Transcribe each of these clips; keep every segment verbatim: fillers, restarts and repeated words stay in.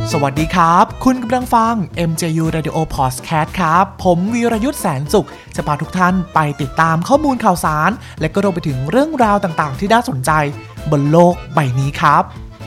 สวัสดีครับคุณกำลังฟัง เอ็ม เจ ยู Radio Podcast ครับผมวีรยุทธแสนสุขจะพาทุกท่านไปติดตามข้อมูลข่าวสารและก็รวมไปถึงเรื่องราวต่างๆที่น่าสนใจบนโลกใบนี้ครับ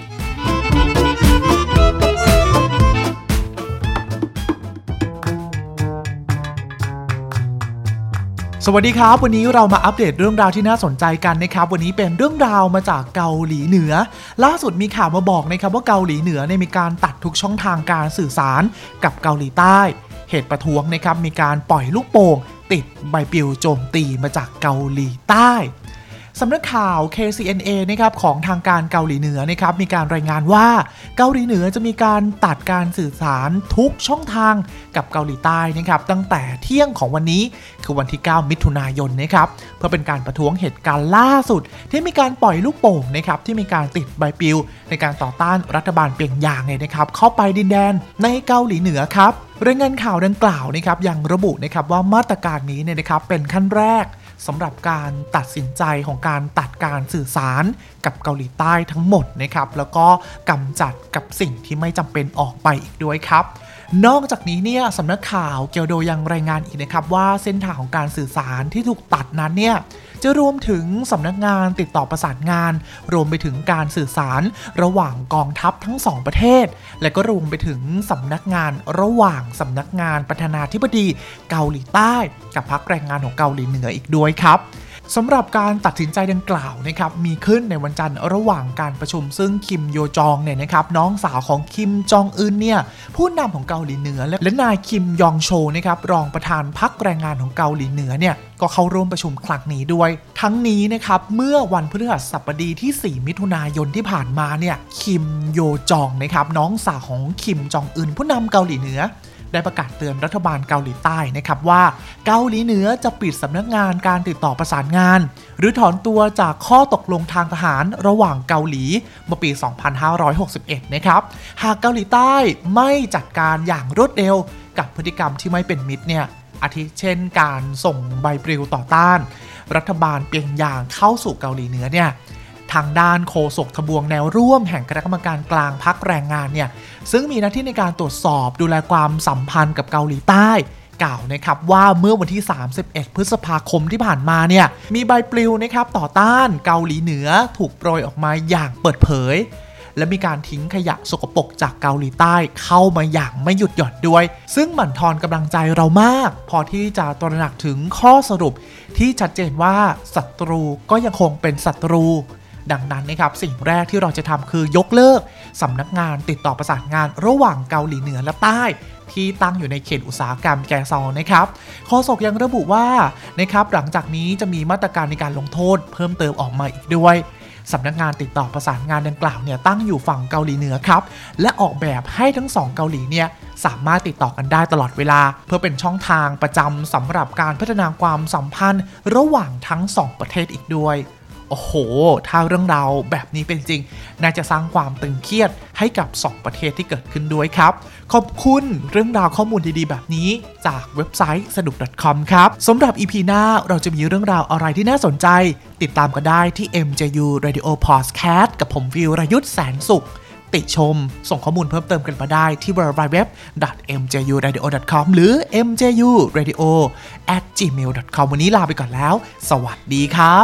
สวัสดีครับวันนี้เรามาอัปเดตเรื่องราวที่น่าสนใจกันนะครับวันนี้เป็นเรื่องราวมาจากเกาหลีเหนือล่าสุดมีข่าวมาบอกนะครับว่าเกาหลีเหนือเนี่ยมีการตัดทุกช่องทางการสื่อสารกับเกาหลีใต้เหตุประท้วงนะครับมีการปล่อยลูกโป่งติดใบปลิวโจมตีมาจากเกาหลีใต้สำนักข่าว เค ซี เอ็น เอ นะครับของทางการเกาหลีเหนือนะครับมีการรายงานว่าเกาหลีเหนือจะมีการตัดการสื่อสารทุกช่องทางกับเกาหลีใต้นะครับตั้งแต่เที่ยงของวันนี้คือวันที่เก้ามิถุนายนนะครับเพื่อเป็นการประท้วงเหตุการณ์ล่าสุดที่มีการปล่อยลูกโป่งนะครับที่มีการติดใบปลิวในการต่อต้านรัฐบาลเปียงยางเนี่ยนะครับเข้าไปดินแดนในเกาหลีเหนือครับรายงานข่าวดังกล่าวนะครับยังระบุนะครับว่ามาตรการนี้เนี่ยนะครับเป็นขั้นแรกสำหรับการตัดสินใจของการตัดการสื่อสารกับเกาหลีใต้ทั้งหมดนะครับแล้วก็กำจัดกับสิ่งที่ไม่จำเป็นออกไปอีกด้วยครับนอกจากนี้เนี่ยสำนักข่าวเกียวโดยังรายงานอีกนะครับว่าเส้นทางของการสื่อสารที่ถูกตัดนั้นเนี่ยจะรวมถึงสำนักงานติดต่อประสานงานรวมไปถึงการสื่อสารระหว่างกองทัพทั้งสองประเทศและก็รวมไปถึงสำนักงานระหว่างสำนักงานประธานาธิบดีเกาหลีใต้กับพรรคแรงงานของเกาหลีเหนืออีกด้วยครับสำหรับการตัดสินใจดังกล่าวนะครับมีขึ้นในวันจันทร์ระหว่างการประชุมซึ่งคิมโยจองเนี่ยนะครับน้องสาวของคิมจองอึนเนี่ยผู้นำของเกาหลีเหนือและนายคิมยองโชนะครับรองประธานพรรคแรงงานของเกาหลีเหนือเนี่ยก็เข้าร่วมประชุมครั้งนี้ด้วยทั้งนี้นะครับเมื่อวันพฤหัสบดีที่สี่มิถุนายนที่ผ่านมาเนี่ยคิมโยจองนะครับน้องสาวของคิมจองอึนผู้นำเกาหลีเหนือได้ประกาศเตือนรัฐบาลเกาหลีใต้นะครับว่าเกาหลีเหนือจะปิดสำนักงานการติดต่อประสานงานหรือถอนตัวจากข้อตกลงทางทหารระหว่างเกาหลีเมื่อปีสองพันห้าร้อยหกสิบเอ็ดนะครับหากเกาหลีใต้ไม่จัดการอย่างรวดเร็วกับพฤติกรรมที่ไม่เป็นมิตรเนี่ยอาทิเช่นการส่งใบปลิวต่อต้านรัฐบาลเปียงยางเข้าสู่เกาหลีเหนือเนี่ยทางด้านโฆษกทบวงแนวร่วมแห่งคณะกรรมการกลางพรรคแรงงานเนี่ยซึ่งมีหน้าที่ในการตรวจสอบดูแลความสัมพันธ์กับเกาหลีใต้กล่าวนะครับว่าเมื่อวันที่สามสิบเอ็ดพฤษภาคมที่ผ่านมาเนี่ยมีใบปลิวนะครับต่อต้านเกาหลีเหนือถูกโปรยออกมาอย่างเปิดเผยและมีการทิ้งขยะสกปรกจากเกาหลีใต้เข้ามาอย่างไม่หยุดหย่อนด้วยซึ่งบั่นทอนกำลังใจเรามากพอที่จะตระหนักถึงข้อสรุปที่ชัดเจนว่าศัตรูก็ยังคงเป็นศัตรูดังนั้นนะครับสิ่งแรกที่เราจะทำคือยกเลิกสำนักงานติดต่อประสานงานระหว่างเกาหลีเหนือและใต้ที่ตั้งอยู่ในเขตอุตสาหกรรมแกซอนะครับโฆษกยังระบุว่านะครับหลังจากนี้จะมีมาตรการในการลงโทษเพิ่มเติมออกมาอีกด้วยสำนักงานติดต่อประสานงานดังกล่าวเนี่ยตั้งอยู่ฝั่งเกาหลีเหนือครับและออกแบบให้ทั้งสองเกาหลีเนี่ยสามารถติดต่อกันได้ตลอดเวลาเพื่อเป็นช่องทางประจำสำหรับการพัฒนาความสัมพันธ์ระหว่างทั้งสองประเทศอีกด้วยโอ้โหถ้าเรื่องราวแบบนี้เป็นจริงน่าจะสร้างความตึงเครียดให้กับสองประเทศที่เกิดขึ้นด้วยครับขอบคุณเรื่องราวข้อมูลดีๆแบบนี้จากเว็บไซต์สนุก .com ครับสำหรับ อี พี หน้าเราจะมีเรื่องราวอะไรที่น่าสนใจติดตามกันได้ที่ เอ็ม เจ ยู Radio Podcast กับผมวีรยุทธแสนสุขติชมส่งข้อมูลเพิ่มเติมกันมาได้ที่ ดับเบิลยู ดับเบิลยู ดับเบิลยู ดอท เอ็ม เจ ยู เรดิโอ ดอท คอม หรือ เอ็ม เจ ยู Radio แอท จีเมล ดอท คอม วันนี้ลาไปก่อนแล้วสวัสดีครับ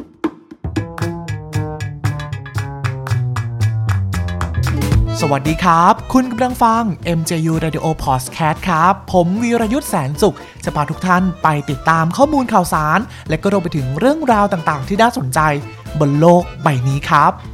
สวัสดีครับคุณกำลังฟัง เอ็ม เจ ยู Radio Podcast ครับผมวีรยุทธแสนสุขจะพาทุกท่านไปติดตามข้อมูลข่าวสารและก็รวมไปถึงเรื่องราวต่างๆที่น่าสนใจบนโลกใบนี้ครับ